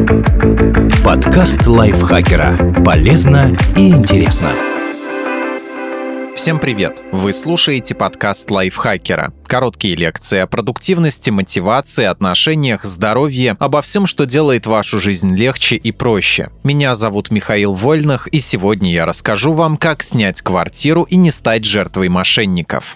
Подкаст лайфхакера. Полезно и интересно. Всем привет! Вы слушаете подкаст лайфхакера. Короткие лекции о продуктивности, мотивации, отношениях, здоровье, обо всем, что делает вашу жизнь легче и проще. Меня зовут Михаил Вольных, и сегодня я расскажу вам, как снять квартиру и не стать жертвой мошенников.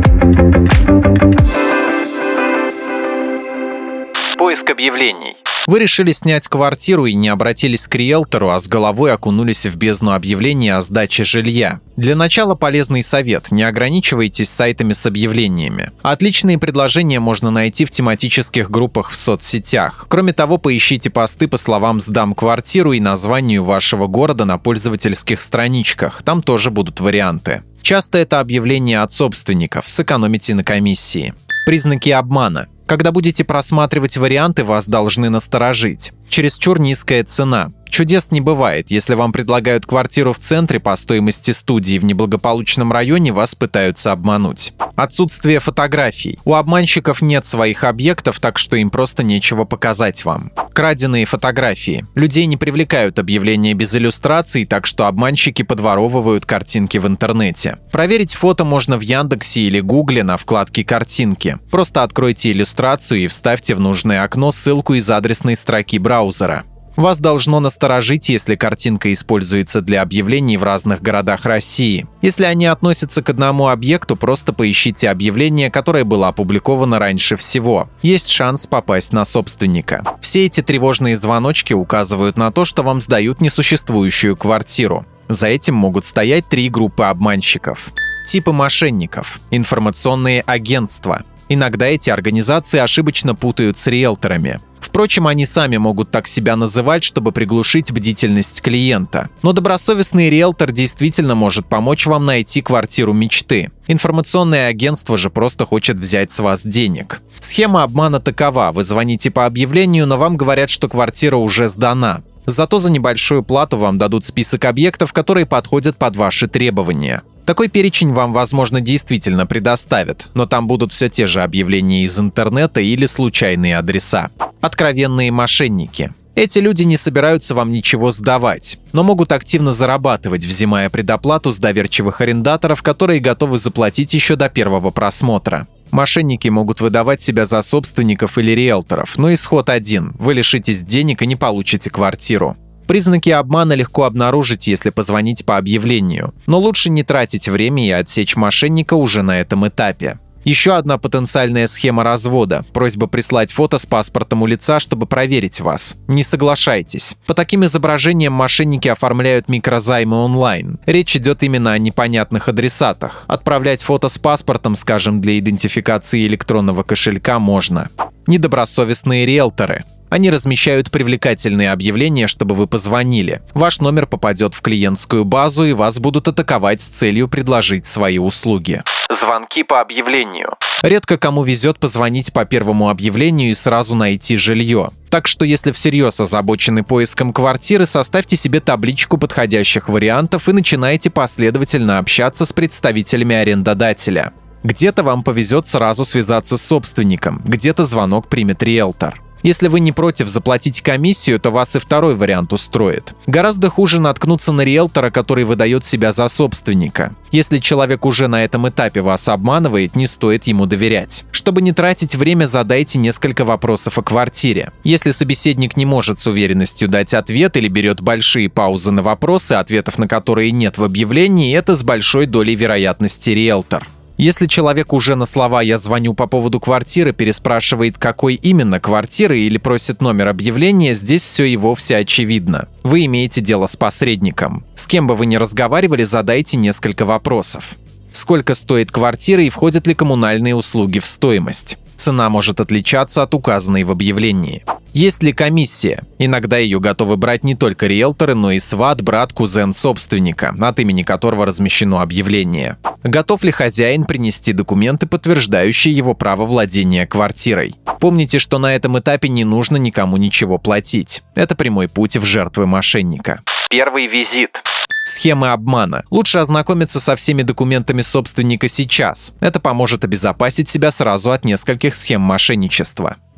Поиск объявлений. Вы решили снять квартиру и не обратились к риэлтору, а с головой окунулись в бездну объявлений о сдаче жилья. Для начала полезный совет – не ограничивайтесь сайтами с объявлениями. Отличные предложения можно найти в тематических группах в соцсетях. Кроме того, поищите посты по словам «сдам квартиру» и названию вашего города на пользовательских страничках. Там тоже будут варианты. Часто это объявления от собственников, сэкономите на комиссии. Признаки обмана. Когда будете просматривать варианты, вас должны насторожить. Чересчур низкая цена. Чудес не бывает. Если вам предлагают квартиру в центре по стоимости студии в неблагополучном районе, вас пытаются обмануть. Отсутствие фотографий. У обманщиков нет своих объектов, так что им просто нечего показать вам. Краденые фотографии. Людей не привлекают объявления без иллюстраций, так что обманщики подворовывают картинки в интернете. Проверить фото можно в Яндексе или Гугле на вкладке «Картинки». Просто откройте иллюстрацию и вставьте в нужное окно ссылку из адресной строки браузера. Вас должно насторожить, если картинка используется для объявлений в разных городах России. Если они относятся к одному объекту, просто поищите объявление, которое было опубликовано раньше всего. Есть шанс попасть на собственника. Все эти тревожные звоночки указывают на то, что вам сдают несуществующую квартиру. За этим могут стоять 3 группы обманщиков. Типы мошенников. Информационные агентства. Иногда эти организации ошибочно путают с риэлторами. Впрочем, они сами могут так себя называть, чтобы приглушить бдительность клиента. Но добросовестный риэлтор действительно может помочь вам найти квартиру мечты. Информационное агентство же просто хочет взять с вас денег. Схема обмана такова: вы звоните по объявлению, но вам говорят, что квартира уже сдана. Зато за небольшую плату вам дадут список объектов, которые подходят под ваши требования. Такой перечень вам, возможно, действительно предоставят, но там будут все те же объявления из интернета или случайные адреса. Откровенные мошенники. Эти люди не собираются вам ничего сдавать, но могут активно зарабатывать, взимая предоплату с доверчивых арендаторов, которые готовы заплатить еще до первого просмотра. Мошенники могут выдавать себя за собственников или риэлторов, но исход один – вы лишитесь денег и не получите квартиру. Признаки обмана легко обнаружить, если позвонить по объявлению, но лучше не тратить время и отсечь мошенника уже на этом этапе. Еще одна потенциальная схема развода – просьба прислать фото с паспортом у лица, чтобы проверить вас. Не соглашайтесь. По таким изображениям мошенники оформляют микрозаймы онлайн. Речь идет именно о непонятных адресатах. Отправлять фото с паспортом, скажем, для идентификации электронного кошелька можно. Недобросовестные риэлторы. Они размещают привлекательные объявления, чтобы вы позвонили. Ваш номер попадет в клиентскую базу, и вас будут атаковать с целью предложить свои услуги. Звонки по объявлению. Редко кому везет позвонить по первому объявлению и сразу найти жилье. Так что если всерьез озабочены поиском квартиры, составьте себе табличку подходящих вариантов и начинайте последовательно общаться с представителями арендодателя. Где-то вам повезет сразу связаться с собственником, где-то звонок примет риэлтор. Если вы не против заплатить комиссию, то вас и второй вариант устроит. Гораздо хуже наткнуться на риэлтора, который выдает себя за собственника. Если человек уже на этом этапе вас обманывает, не стоит ему доверять. Чтобы не тратить время, задайте несколько вопросов о квартире. Если собеседник не может с уверенностью дать ответ или берет большие паузы на вопросы, ответов на которые нет в объявлении, это с большой долей вероятности риэлтор. Если человек уже на слова «я звоню по поводу квартиры» переспрашивает, какой именно квартиры, или просит номер объявления, здесь все и вовсе очевидно. Вы имеете дело с посредником. С кем бы вы ни разговаривали, задайте несколько вопросов. Сколько стоит квартира и входят ли коммунальные услуги в стоимость? Цена может отличаться от указанной в объявлении. Есть ли комиссия? Иногда ее готовы брать не только риэлторы, но и сват, брат, кузен собственника, от имени которого размещено объявление. Готов ли хозяин принести документы, подтверждающие его право владения квартирой? Помните, что на этом этапе не нужно никому ничего платить. Это прямой путь в жертвы мошенника. Первый визит. Схемы обмана. Лучше ознакомиться со всеми документами собственника сейчас. Это поможет обезопасить себя сразу от нескольких схем мошенничества.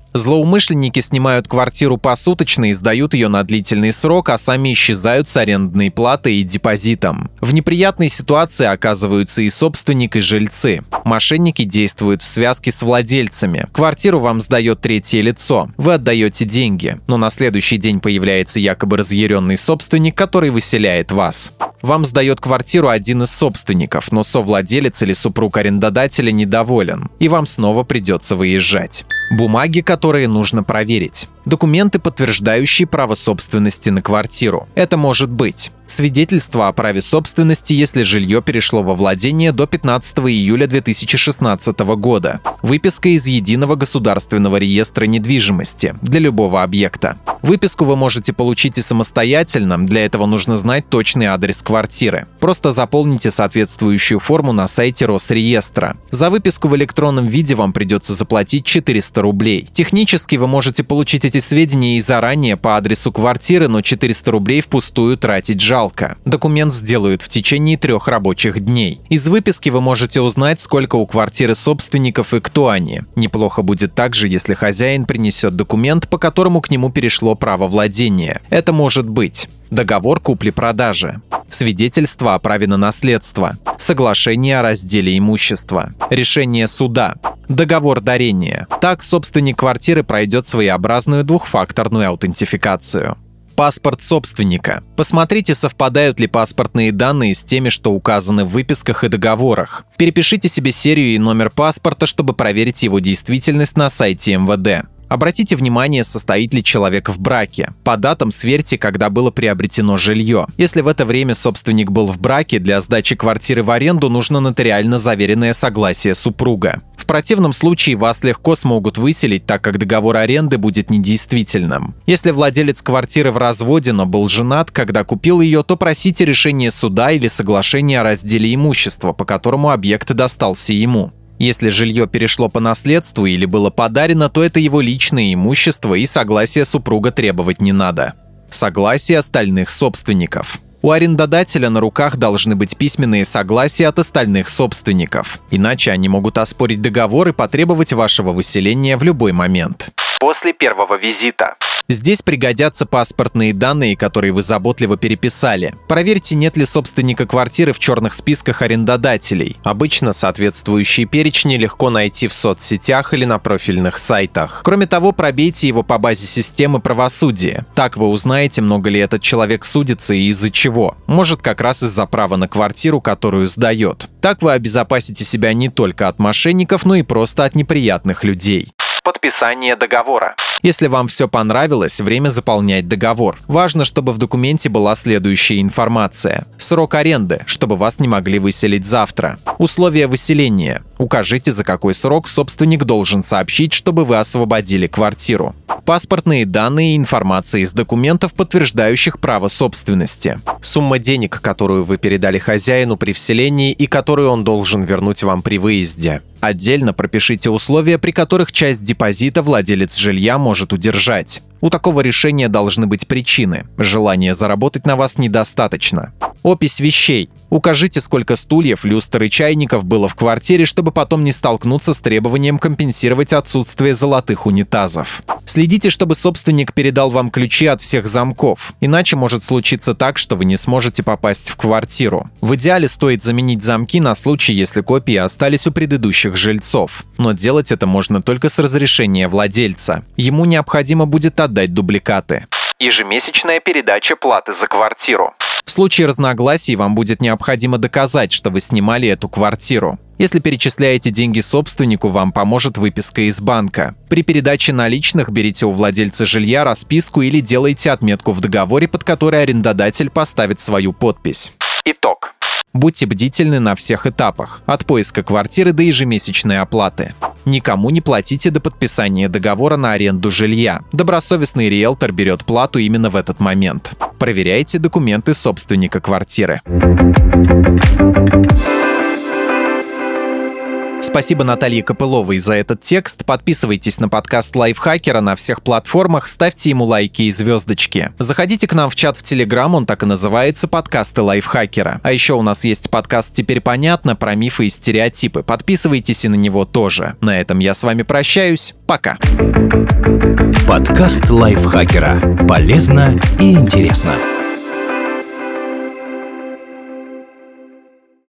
Злоумышленники снимают квартиру посуточно и сдают ее на длительный срок, а сами исчезают с арендной платой и депозитом. В неприятной ситуации оказываются и собственник, и жильцы. Мошенники действуют в связке с владельцами. Квартиру вам сдает третье лицо. Вы отдаете деньги, но на следующий день появляется якобы разъяренный собственник, который выселяет вас. Вам сдает квартиру один из собственников, но совладелец или супруг арендодателя недоволен, и вам снова придется выезжать. Бумаги, которые нужно проверить. Документы, подтверждающие право собственности на квартиру. Это может быть свидетельство о праве собственности, если жилье перешло во владение до 15 июля 2016 года. Выписка из Единого государственного реестра недвижимости для любого объекта. Выписку вы можете получить и самостоятельно, для этого нужно знать точный адрес квартиры. Просто заполните соответствующую форму на сайте Росреестра. За выписку в электронном виде вам придется заплатить 400 рублей. Технически вы можете получить эти сведения и заранее по адресу квартиры, но 400 рублей впустую тратить жалко. Документ сделают в течение 3 рабочих дней. Из выписки вы можете узнать, сколько у квартиры собственников и кто они. Неплохо будет также, если хозяин принесет документ, по которому к нему перешло право владения. Это может быть договор купли-продажи, свидетельство о праве на наследство, соглашение о разделе имущества, решение суда, договор дарения. Так собственник квартиры пройдет своеобразную двухфакторную аутентификацию. Паспорт собственника. Посмотрите, совпадают ли паспортные данные с теми, что указаны в выписках и договорах. Перепишите себе серию и номер паспорта, чтобы проверить его действительность на сайте МВД. Обратите внимание, состоит ли человек в браке. По датам сверьте, когда было приобретено жилье. Если в это время собственник был в браке, для сдачи квартиры в аренду нужно нотариально заверенное согласие супруга. В противном случае вас легко смогут выселить, так как договор аренды будет недействительным. Если владелец квартиры в разводе, но был женат, когда купил ее, то просите решение суда или соглашение о разделе имущества, по которому объект достался ему. Если жилье перешло по наследству или было подарено, то это его личное имущество, и согласия супруга требовать не надо. Согласие остальных собственников. У арендодателя на руках должны быть письменные согласия от остальных собственников. Иначе они могут оспорить договор и потребовать вашего выселения в любой момент. После первого визита. Здесь пригодятся паспортные данные, которые вы заботливо переписали. Проверьте, нет ли собственника квартиры в черных списках арендодателей. Обычно соответствующие перечни легко найти в соцсетях или на профильных сайтах. Кроме того, пробейте его по базе системы правосудия. Так вы узнаете, много ли этот человек судится и из-за чего. Может, как раз из-за права на квартиру, которую сдает. Так вы обезопасите себя не только от мошенников, но и просто от неприятных людей. Подписание договора. Если вам все понравилось, время заполнять договор. Важно, чтобы в документе была следующая информация. Срок аренды, чтобы вас не могли выселить завтра. Условия выселения. Укажите, за какой срок собственник должен сообщить, чтобы вы освободили квартиру. Паспортные данные и информация из документов, подтверждающих право собственности. Сумма денег, которую вы передали хозяину при вселении и которую он должен вернуть вам при выезде. Отдельно пропишите условия, при которых часть депозита владелец жилья может удержать. У такого решения должны быть причины. Желания заработать на вас недостаточно. Опись вещей. Укажите, сколько стульев, люстр и чайников было в квартире, чтобы потом не столкнуться с требованием компенсировать отсутствие золотых унитазов. Следите, чтобы собственник передал вам ключи от всех замков, иначе может случиться так, что вы не сможете попасть в квартиру. В идеале стоит заменить замки на случай, если копии остались у предыдущих жильцов. Но делать это можно только с разрешения владельца. Ему необходимо будет отдать дубликаты. Ежемесячная передача платы за квартиру. В случае разногласий вам будет необходимо доказать, что вы снимали эту квартиру. Если перечисляете деньги собственнику, вам поможет выписка из банка. При передаче наличных берите у владельца жилья расписку или делайте отметку в договоре, под которой арендодатель поставит свою подпись. Итог. Будьте бдительны на всех этапах, от поиска квартиры до ежемесячной оплаты. Никому не платите до подписания договора на аренду жилья. Добросовестный риэлтор берет плату именно в этот момент. Проверяйте документы собственника квартиры. Спасибо Наталье Копыловой за этот текст. Подписывайтесь на подкаст Лайфхакера на всех платформах, ставьте ему лайки и звездочки. Заходите к нам в чат в Телеграм, он так и называется «Подкасты Лайфхакера». А еще у нас есть подкаст «Теперь понятно» про мифы и стереотипы. Подписывайтесь и на него тоже. На этом я с вами прощаюсь. Пока. Подкаст Лайфхакера. Полезно и интересно.